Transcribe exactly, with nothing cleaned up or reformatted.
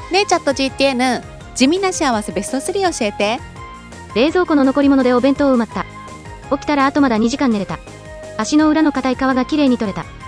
ねえチャット ジーティーエヌ、 地味な幸せベストスリー教えて。 冷蔵庫の残り物でお弁当を埋まった。起きたらあとまだにじかん寝れた。足の裏の硬い皮がきれいに取れた。